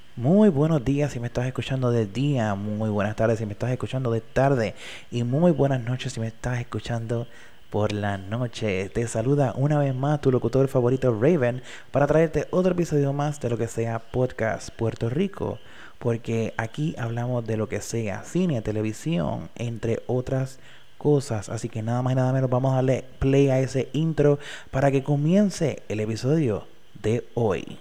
Muy buenos días si me estás escuchando de día, muy buenas tardes si me estás escuchando de tarde y muy buenas noches si me estás escuchando por la noche. Te saluda una vez más tu locutor favorito Raven para traerte otro episodio más de lo que sea Podcast Puerto Rico, porque aquí hablamos de lo que sea cine, televisión, entre otras cosas. Así que nada más y nada menos vamos a darle play a ese intro para que comience el episodio de hoy.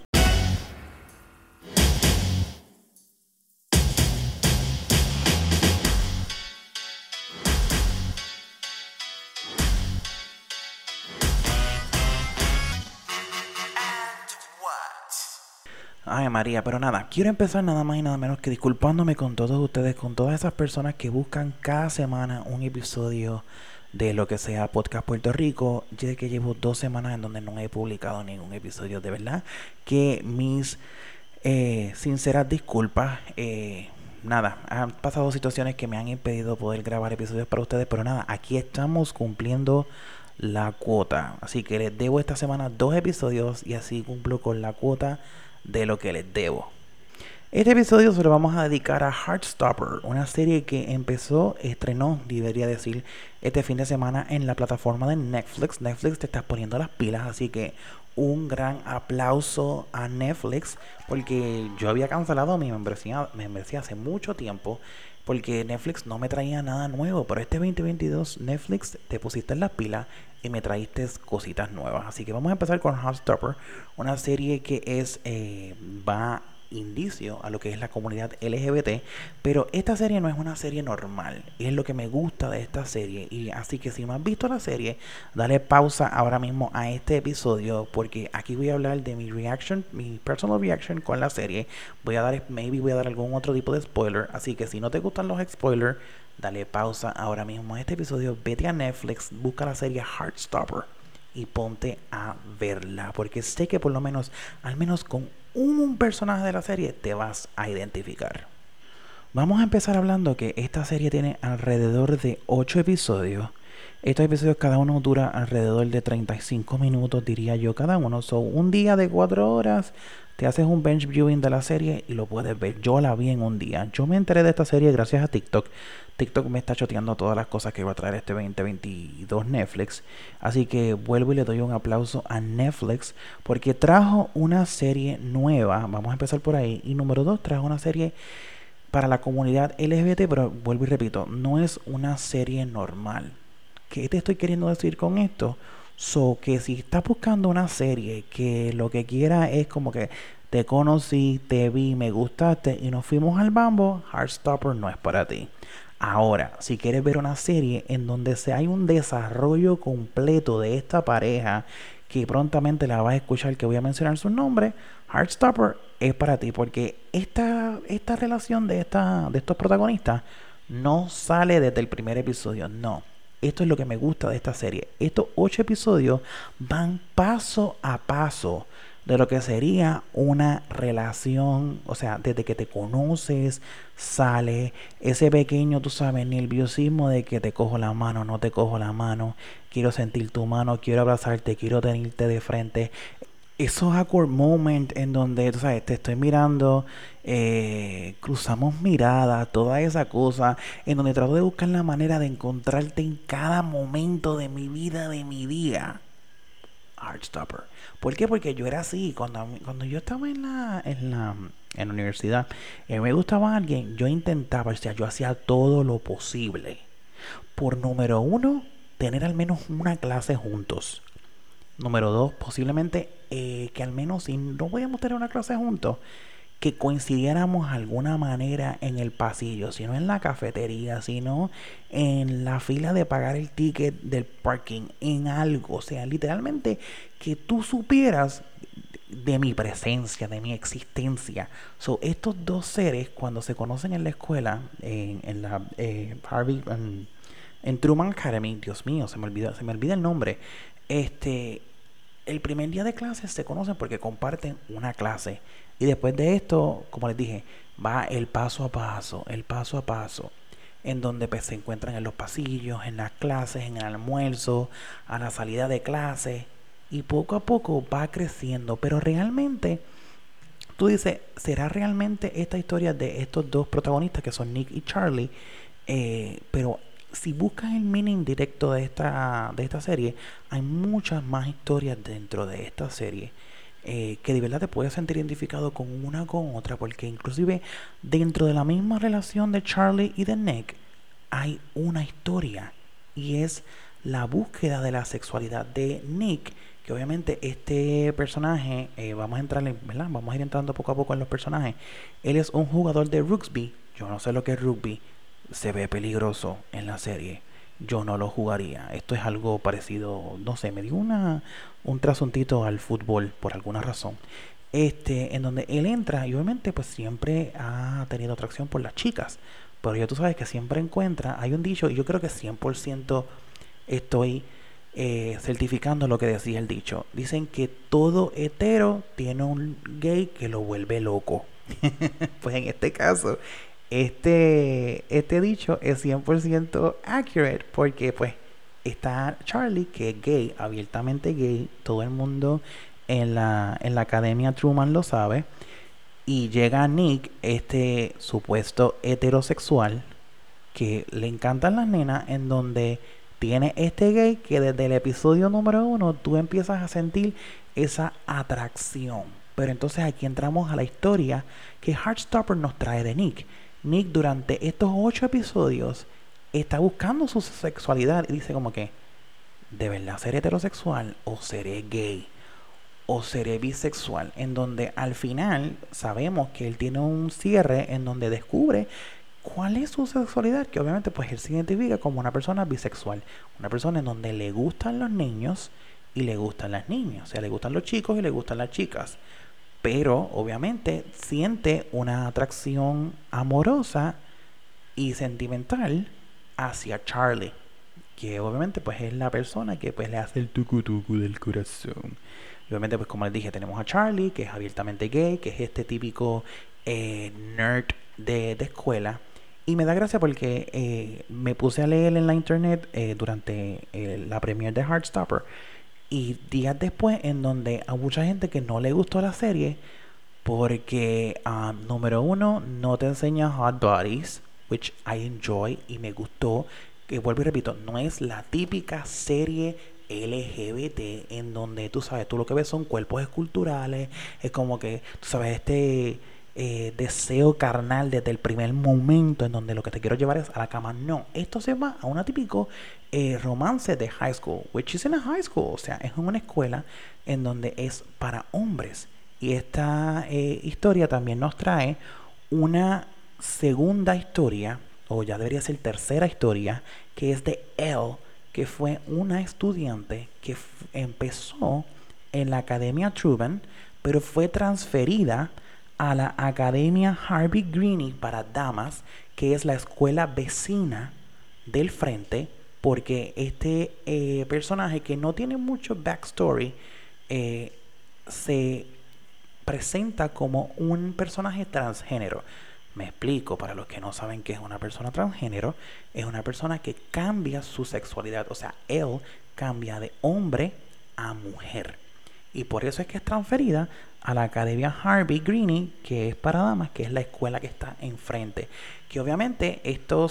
Ay María, pero nada, quiero empezar nada más y nada menos que disculpándome con todos ustedes, con todas esas personas que buscan cada semana un episodio de lo que sea Podcast Puerto Rico. Ya que llevo 2 semanas en donde no he publicado ningún episodio, de verdad que mis sinceras disculpas. Nada, han pasado situaciones que me han impedido poder grabar episodios para ustedes, pero nada, aquí estamos cumpliendo la cuota. Así que les debo esta semana 2 episodios y así cumplo con la cuota de lo que les debo. Este episodio se lo vamos a dedicar a Heartstopper, una serie que estrenó, debería decir, este fin de semana en la plataforma de Netflix. Netflix te está poniendo las pilas, así que un gran aplauso a Netflix, porque yo había cancelado mi membresía hace mucho tiempo, porque Netflix no me traía nada nuevo, pero este 2022 Netflix te pusiste en las pilas y me traíste cositas nuevas. Así que vamos a empezar con Heartstopper, una serie que va indicio a lo que es la comunidad LGBT, pero esta serie no es una serie normal, y es lo que me gusta de esta serie. Y así que si no has visto la serie, dale pausa ahora mismo a este episodio, porque aquí voy a hablar de mi reaction, mi personal reaction con la serie. Voy a dar algún otro tipo de spoiler, así que si no te gustan los spoilers, dale pausa ahora mismo a este episodio, vete a Netflix, busca la serie Heartstopper y ponte a verla, porque sé que por lo menos, al menos con un personaje de la serie, te vas a identificar. Vamos a empezar hablando que esta serie tiene alrededor de 8 episodios. Estos episodios cada uno dura alrededor de 35 minutos, diría yo, cada uno. Son un día de 4 horas, te haces un bench viewing de la serie y lo puedes ver. Yo la vi en un día. Yo me enteré de esta serie gracias a TikTok. TikTok me está choteando todas las cosas que va a traer este 2022 Netflix. Así que vuelvo y le doy un aplauso a Netflix porque trajo una serie nueva. Vamos a empezar por ahí. Y número 2, trajo una serie para la comunidad LGBT, pero vuelvo y repito, no es una serie normal. ¿Qué te estoy queriendo decir con esto? Que si estás buscando una serie que lo que quiera es como que te conocí, te vi, me gustaste y nos fuimos al bambo, Heartstopper no es para ti. Ahora, si quieres ver una serie en donde se hay un desarrollo completo de esta pareja, que prontamente la vas a escuchar, que voy a mencionar su nombre, Heartstopper es para ti, porque esta relación de estos protagonistas no sale desde el primer episodio, no. Esto es lo que me gusta de esta serie. Estos 8 episodios van paso a paso de lo que sería una relación, o sea, desde que te conoces, sale ese pequeño, tú sabes, nerviosismo de que te cojo la mano, no te cojo la mano, quiero sentir tu mano, quiero abrazarte, quiero tenerte de frente. Esos awkward moments en donde, tú sabes, te estoy mirando, cruzamos miradas, toda esa cosa, en donde trato de buscar la manera de encontrarte en cada momento de mi vida, de mi día. Heartstopper. ¿Por qué? Porque yo era así. Cuando yo estaba en la universidad, me gustaba alguien, yo intentaba, o sea, yo hacía todo lo posible. Por número uno, tener al menos una clase juntos. Número dos, posiblemente que al menos si no podíamos tener una clase juntos, que coincidiéramos de alguna manera en el pasillo, si no en la cafetería, sino en la fila de pagar el ticket del parking, en algo. O sea, literalmente que tú supieras de mi presencia, de mi existencia. Estos dos seres, cuando se conocen en la escuela, en la Harvey, en Truman Academy, Dios mío, se me olvida el nombre. Este, el primer día de clases se conocen porque comparten una clase. Y después de esto, como les dije, va el paso a paso, en donde pues, se encuentran en los pasillos, en las clases, en el almuerzo, a la salida de clase. Y poco a poco va creciendo. Pero realmente tú dices, ¿será realmente esta historia de estos dos protagonistas que son Nick y Charlie? Pero si buscas el meaning directo de esta serie, hay muchas más historias dentro de esta serie. Que de verdad te puedes sentir identificado con una con otra, porque inclusive dentro de la misma relación de Charlie y de Nick hay una historia, y es la búsqueda de la sexualidad de Nick, que obviamente este personaje, vamos a entrar ¿verdad? Vamos a ir entrando poco a poco en los personajes. Él es un jugador de rugby. Yo no sé lo que es rugby. Se ve peligroso en la serie. Yo no lo jugaría. Esto es algo parecido, no sé, me dio un trasuntito al fútbol por alguna razón. En donde él entra y obviamente pues siempre ha tenido atracción por las chicas. Pero ya tú sabes que siempre encuentra, hay un dicho, y yo creo que 100% estoy certificando lo que decía el dicho. Dicen que todo hetero tiene un gay que lo vuelve loco. Pues en este caso, este dicho es 100% accurate, porque pues está Charlie, que es gay, abiertamente gay. Todo el mundo en la academia Truman lo sabe. Y llega Nick, este supuesto heterosexual, que le encantan las nenas, en donde tiene este gay que desde el episodio número 1 tú empiezas a sentir esa atracción. Pero entonces aquí entramos a la historia que Heartstopper nos trae de Nick. Nick durante estos 8 episodios está buscando su sexualidad y dice como que, ¿de verdad seré heterosexual o seré gay? ¿O seré bisexual? En donde al final sabemos que él tiene un cierre en donde descubre cuál es su sexualidad, que obviamente pues él se identifica como una persona bisexual, una persona en donde le gustan los niños y le gustan las niñas, o sea, le gustan los chicos y le gustan las chicas, pero obviamente siente una atracción amorosa y sentimental hacia Charlie, que obviamente pues es la persona que pues le hace el tucu tucu del corazón. Y obviamente pues como les dije, tenemos a Charlie, que es abiertamente gay, que es este típico nerd de escuela. Y me da gracia porque me puse a leer en la internet durante la premiere de Heartstopper, y días después en donde a mucha gente que no le gustó la serie porque número uno no te enseña hot bodies, which I enjoy y me gustó, que vuelvo y repito, no es la típica serie LGBT en donde tú sabes, tú lo que ves son cuerpos esculturales, es como que tú sabes deseo carnal desde el primer momento en donde lo que te quiero llevar es a la cama. No, esto se va a una típico romance de high school, which is in a high school, o sea, es una escuela en donde es para hombres. Y esta historia también nos trae una segunda historia, o ya debería ser tercera historia, que es de Elle, que fue una estudiante que empezó en la Academia Truman, pero fue transferida a la Academia Harvey Greene para damas, que es la escuela vecina del frente, porque este personaje que no tiene mucho backstory se presenta como un personaje transgénero. Me explico, para los que no saben qué es una persona transgénero, es una persona que cambia su sexualidad, o sea, él cambia de hombre a mujer. Y por eso es que es transferida a la Academia Harvey Greene, que es para damas, que es la escuela que está enfrente. Que obviamente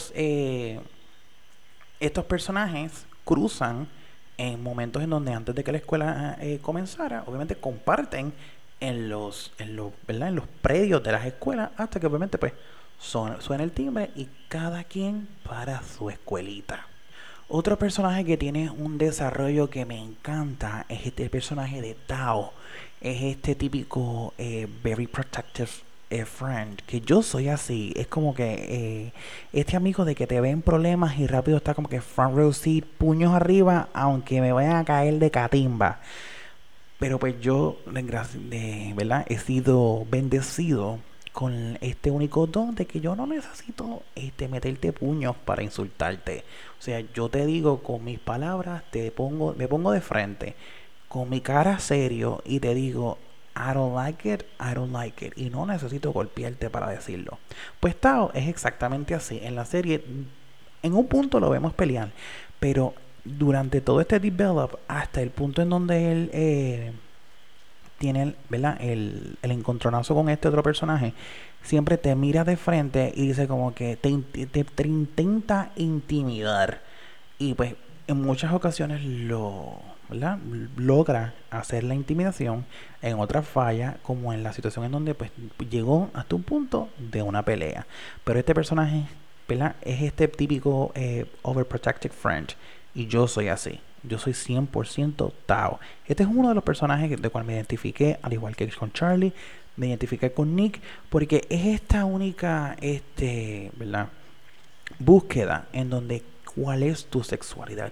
estos personajes cruzan en momentos en donde antes de que la escuela comenzara, obviamente comparten ¿verdad? En los predios de las escuelas, hasta que obviamente pues suena el timbre y cada quien para su escuelita. Otro personaje que tiene un desarrollo que me encanta es este personaje de Tao. Es este típico very protective friend, que yo soy así. Es como que este amigo de que te ven problemas y rápido está como que front row seat, puños arriba, aunque me vayan a caer de catimba. Pero pues yo, ¿verdad? He sido bendecido con este único don de que yo no necesito meterte puños para insultarte. O sea, yo te digo con mis palabras, me pongo de frente, con mi cara serio y te digo, I don't like it, I don't like it. Y no necesito golpearte para decirlo. Pues Tao es exactamente así. En la serie, en un punto lo vemos pelear, pero durante todo este develop, hasta el punto en donde él tiene, ¿verdad? El encontronazo con este otro personaje, siempre te mira de frente y dice como que te intenta intimidar. Y pues en muchas ocasiones ¿verdad? Logra hacer la intimidación, en otras falla, como en la situación en donde pues llegó hasta un punto de una pelea. Pero este personaje, ¿verdad? Es este típico overprotective friend. Y yo soy así. Yo soy 100% Tao. Este es uno de los personajes de cual me identifiqué, al igual que con Charlie, me identifiqué con Nick, porque es esta única, ¿verdad? Búsqueda en donde cuál es tu sexualidad,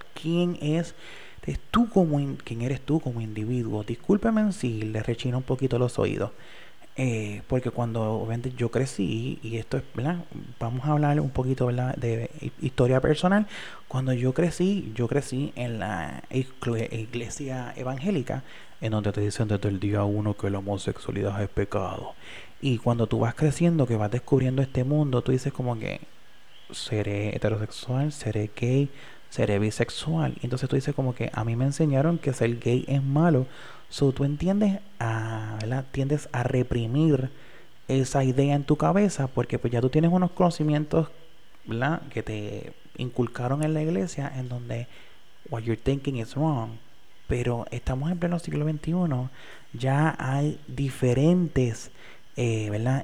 quién eres tú como individuo. Discúlpeme si le rechino un poquito los oídos, porque cuando obviamente yo crecí, y esto es, ¿verdad? Vamos a hablar un poquito, ¿verdad? De historia personal. Cuando yo crecí en la iglesia evangélica, en donde te dicen desde el día uno que la homosexualidad es pecado. Y cuando tú vas creciendo, que vas descubriendo este mundo, tú dices como que seré heterosexual, seré gay, seré bisexual. Y entonces tú dices como que a mí me enseñaron que ser gay es malo. So tú ¿verdad? Tiendes a reprimir esa idea en tu cabeza porque pues ya tú tienes unos conocimientos, ¿verdad? Que te inculcaron en la iglesia en donde what you're thinking is wrong. Pero estamos en pleno siglo XXI, ya hay diferentes, ¿verdad?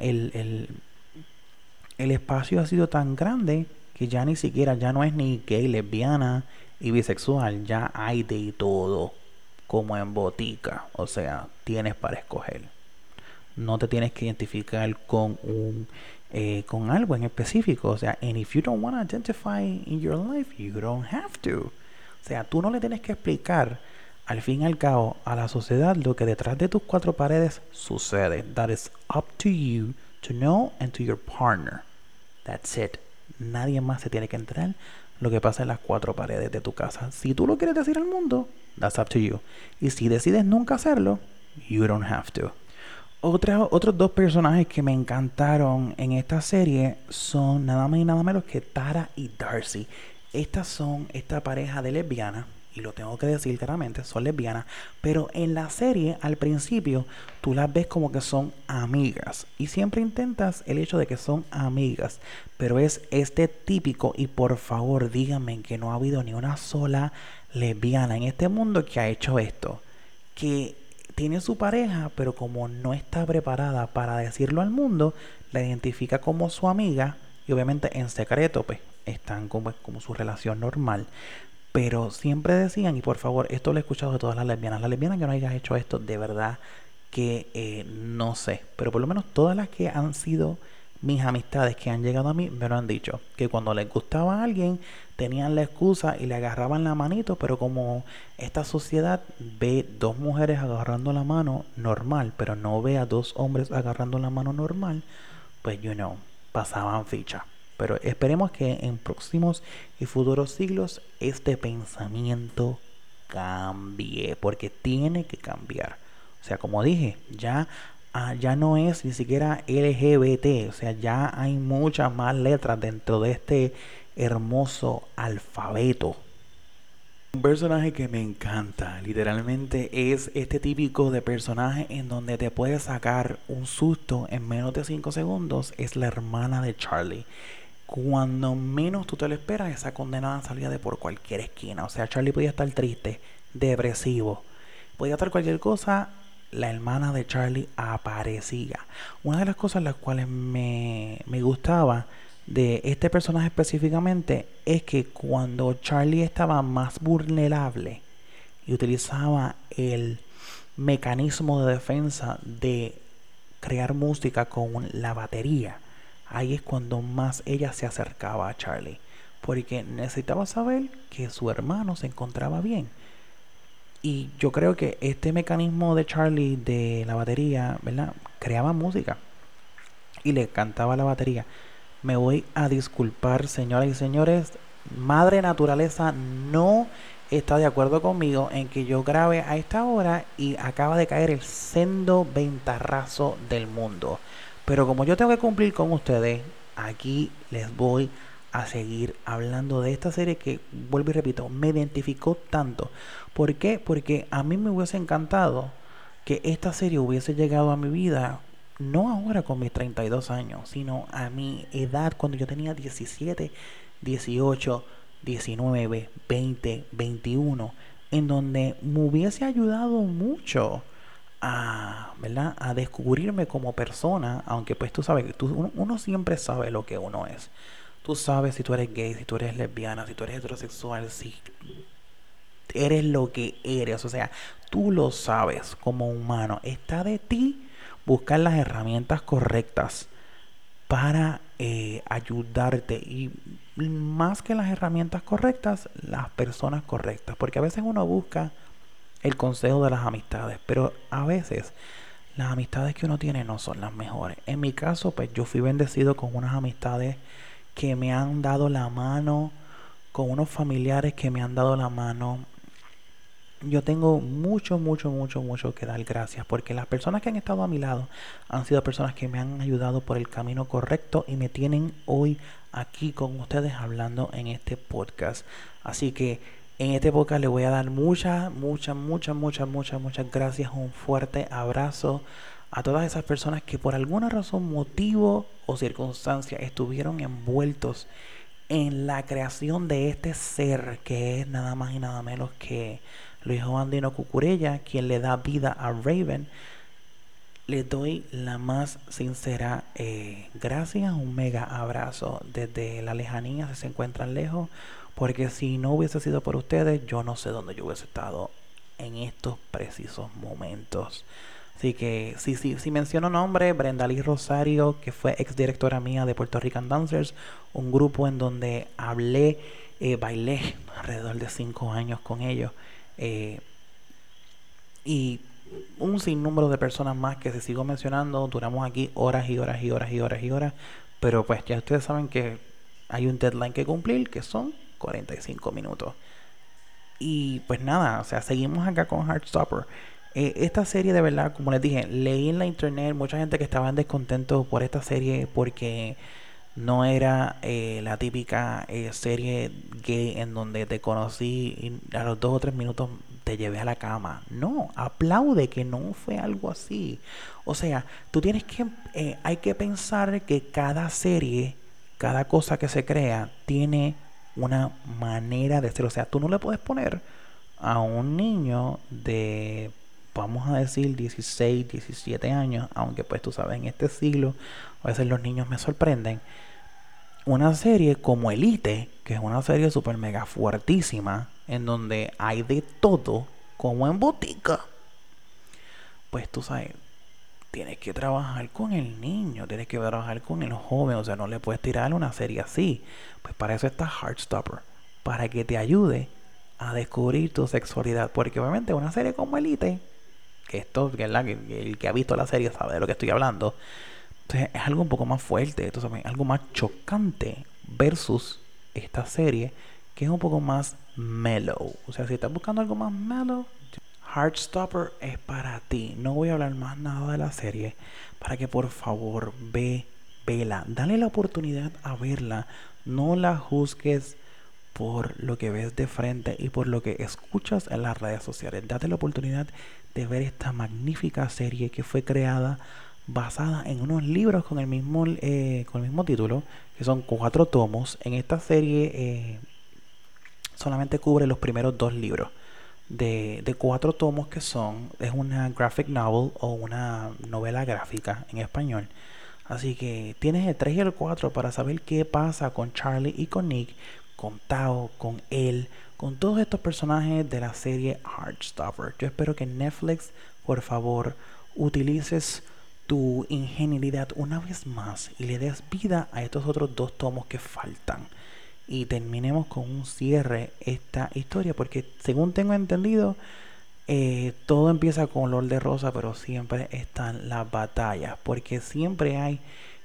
El espacio ha sido tan grande que ya ni siquiera, ya no es ni gay, lesbiana y bisexual, ya hay de todo, como en botica, o sea, tienes para escoger. No te tienes que identificar con algo en específico, o sea, and if you don't want to identify in your life, you don't have to. O sea, tú no le tienes que explicar al fin y al cabo a la sociedad lo que detrás de tus cuatro paredes sucede. That is up to you to know and to your partner. That's it. Nadie más se tiene que enterar lo que pasa en las cuatro paredes de tu casa. Si tú lo quieres decir al mundo, that's up to you. Y si decides nunca hacerlo, you don't have to. Otros dos personajes que me encantaron en esta serie son nada más y nada menos que Tara y Darcy. Estas son esta pareja de lesbianas, y lo tengo que decir claramente, son lesbianas, pero en la serie al principio tú las ves como que son amigas y siempre intentas el hecho de que son amigas, pero es este típico, y por favor díganme que no ha habido ni una sola lesbiana en este mundo que ha hecho esto, que tiene su pareja, pero como no está preparada para decirlo al mundo, la identifica como su amiga y obviamente en secreto pues están como su relación normal. Pero siempre decían, y por favor, esto lo he escuchado de todas las lesbianas que no hayan hecho esto, de verdad que no sé, pero por lo menos todas las que han sido mis amistades que han llegado a mí me lo han dicho, que cuando les gustaba a alguien tenían la excusa y le agarraban la manito, pero como esta sociedad ve dos mujeres agarrando la mano normal, pero no ve a dos hombres agarrando la mano normal, pues pasaban ficha. Pero esperemos que en próximos y futuros siglos este pensamiento cambie, porque tiene que cambiar. O sea, como dije, ya no es ni siquiera LGBT, o sea, ya hay muchas más letras dentro de este hermoso alfabeto. Un personaje que me encanta, literalmente, es este típico de personaje en donde te puede sacar un susto en menos de 5 segundos, es la hermana de Charlie. Cuando menos tú te lo esperas, esa condenada salía de por cualquier esquina. O sea, Charlie podía estar triste, depresivo, podía estar cualquier cosa, la hermana de Charlie aparecía. Una de las cosas las cuales me gustaba de este personaje específicamente es que cuando Charlie estaba más vulnerable y utilizaba el mecanismo de defensa de crear música con la batería, ahí es cuando más ella se acercaba a Charlie, porque necesitaba saber que su hermano se encontraba bien. Y yo creo que este mecanismo de Charlie de la batería, ¿verdad? Creaba música y le cantaba la batería. Me voy a disculpar, señoras y señores. Madre Naturaleza no está de acuerdo conmigo en que yo grabe a esta hora y acaba de caer el sendo ventarrazo del mundo. Pero como yo tengo que cumplir con ustedes, aquí les voy a seguir hablando de esta serie que, vuelvo y repito, me identificó tanto. ¿Por qué? Porque a mí me hubiese encantado que esta serie hubiese llegado a mi vida, no ahora con mis 32 años, sino a mi edad cuando yo tenía 17, 18, 19, 20, 21, en donde me hubiese ayudado mucho a, ¿verdad? A descubrirme como persona, aunque pues tú sabes que uno siempre sabe lo que uno es. Tú sabes si tú eres gay, si tú eres lesbiana, si tú eres heterosexual, si eres lo que eres. O sea, tú lo sabes como humano. Está de ti buscar las herramientas correctas para ayudarte. Y más que las herramientas correctas, las personas correctas. Porque a veces uno busca el consejo de las amistades, pero a veces las amistades que uno tiene no son las mejores. En mi caso, pues yo fui bendecido con unas amistades que me han dado la mano, con unos familiares que me han dado la mano. Yo tengo mucho, mucho, mucho, mucho que dar gracias porque las personas que han estado a mi lado han sido personas que me han ayudado por el camino correcto y me tienen hoy aquí con ustedes hablando en este podcast. Así que en este podcast le voy a dar muchas, muchas, muchas, muchas, muchas, muchas gracias. Un fuerte abrazo a todas esas personas que por alguna razón, motivo o circunstancia estuvieron envueltos en la creación de este ser que es nada más y nada menos que Luis Andino Cucurella, quien le da vida a Raven. Les doy la más sincera gracias, un mega abrazo desde la lejanía si se encuentran lejos, porque si no hubiese sido por ustedes, yo no sé dónde yo hubiese estado en estos precisos momentos. Así que si menciono nombre, Brenda Lee Rosario, que fue ex directora mía de Puerto Rican Dancers, un grupo en donde bailé alrededor de 5 años con ellos. Eh, y un sinnúmero de personas más que si sigo mencionando, duramos aquí horas y horas y horas y horas y horas. Pero pues ya ustedes saben que hay un deadline que cumplir, que son 45 minutos. Y pues nada, o sea, seguimos acá con Heartstopper. Esta serie de verdad, como les dije, leí en la internet mucha gente que estaba en descontento por esta serie porque no era la típica serie gay en donde te conocí y a los 2 o 3 minutos te llevé a la cama. No, aplaude que no fue algo así. O sea, tú tienes que, hay que pensar que cada serie, cada cosa que se crea, tiene una manera de ser. O sea, tú no le puedes poner a un niño de, vamos a decir, 16, 17 años, aunque pues tú sabes, en este siglo, a veces los niños me sorprenden, una serie como Elite, que es una serie super mega fuertísima, en donde hay de todo, como en botica, pues tú sabes, tienes que trabajar con el niño, tienes que trabajar con el joven, o sea, no le puedes tirar una serie así. Pues para eso está Heartstopper, para que te ayude a descubrir tu sexualidad, porque obviamente una serie como Elite, que esto, que, el que ha visto la serie sabe de lo que estoy hablando, entonces es algo un poco más fuerte, entonces algo más chocante versus esta serie que es un poco más mellow. O sea, si estás buscando algo más mellow, Heartstopper es para ti. No voy a hablar más nada de la serie para que por favor vela. Dale la oportunidad a verla. No la juzgues por lo que ves de frente y por lo que escuchas en las redes sociales. Date la oportunidad de ver esta magnífica serie que fue creada basada en unos libros con el mismo título, que son 4 tomos. En esta serie solamente cubre los primeros 2 libros de 4 tomos que son, es una graphic novel o una novela gráfica en español. Así que tienes el 3 y el 4 para saber qué pasa con Charlie y con Nick, con Tao, con él, con todos estos personajes de la serie Heartstopper. Yo espero que Netflix, por favor, utilices tu ingenuidad una vez más y le des vida a estos otros 2 tomos que faltan y terminemos con un cierre esta historia, porque según tengo entendido, todo empieza con olor de rosa, pero siempre están las batallas, porque siempre hay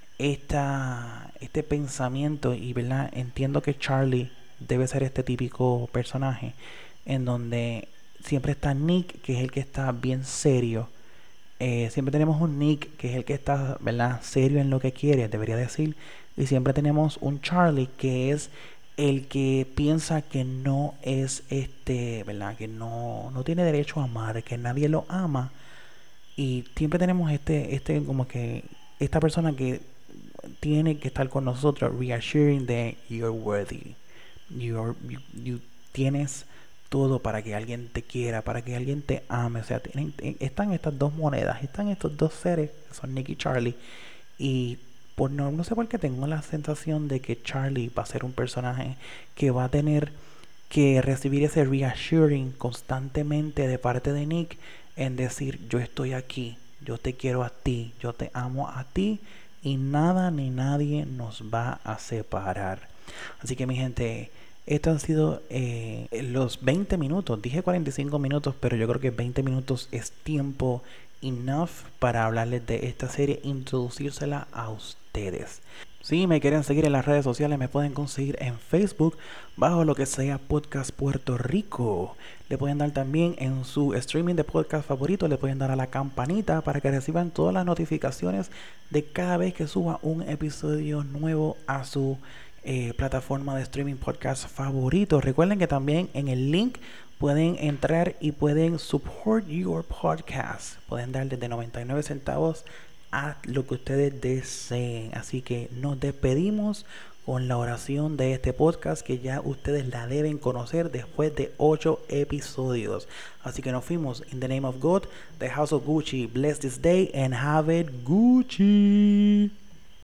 este pensamiento y verdad, entiendo que Charlie debe ser este típico personaje en donde siempre está Nick, que es el que está bien serio. Siempre tenemos un Nick, que es el que está, ¿verdad?, serio en lo que quiere, debería decir. Y siempre tenemos un Charlie, que es el que piensa que no es ¿verdad?, que no tiene derecho a amar, que nadie lo ama. Y siempre tenemos como que esta persona que tiene que estar con nosotros, reassuring that you're worthy. You tienes todo para que alguien te quiera, para que alguien te ame. O sea, están estas dos monedas, están estos dos seres, que son Nick y Charlie. Y no sé por qué tengo la sensación de que Charlie va a ser un personaje que va a tener que recibir ese reassuring constantemente de parte de Nick en decir, yo estoy aquí, yo te quiero a ti, yo te amo a ti y nada ni nadie nos va a separar. Así que mi gente, estos han sido los 20 minutos. Dije 45 minutos, pero yo creo que 20 minutos es tiempo enough para hablarles de esta serie, introducírsela a ustedes. Si me quieren seguir en las redes sociales, me pueden conseguir en Facebook bajo lo que sea Podcast Puerto Rico. Le pueden dar también en su streaming de podcast favorito, le pueden dar a la campanita para que reciban todas las notificaciones de cada vez que suba un episodio nuevo a su plataforma de streaming podcast favorito. Recuerden que también en el link pueden entrar y pueden support your podcast. Pueden dar desde 99 centavos a lo que ustedes deseen. Así que nos despedimos con la oración de este podcast que ya ustedes la deben conocer después de 8 episodios. Así que nos fuimos. In the name of God, the house of Gucci, bless this day and have it Gucci.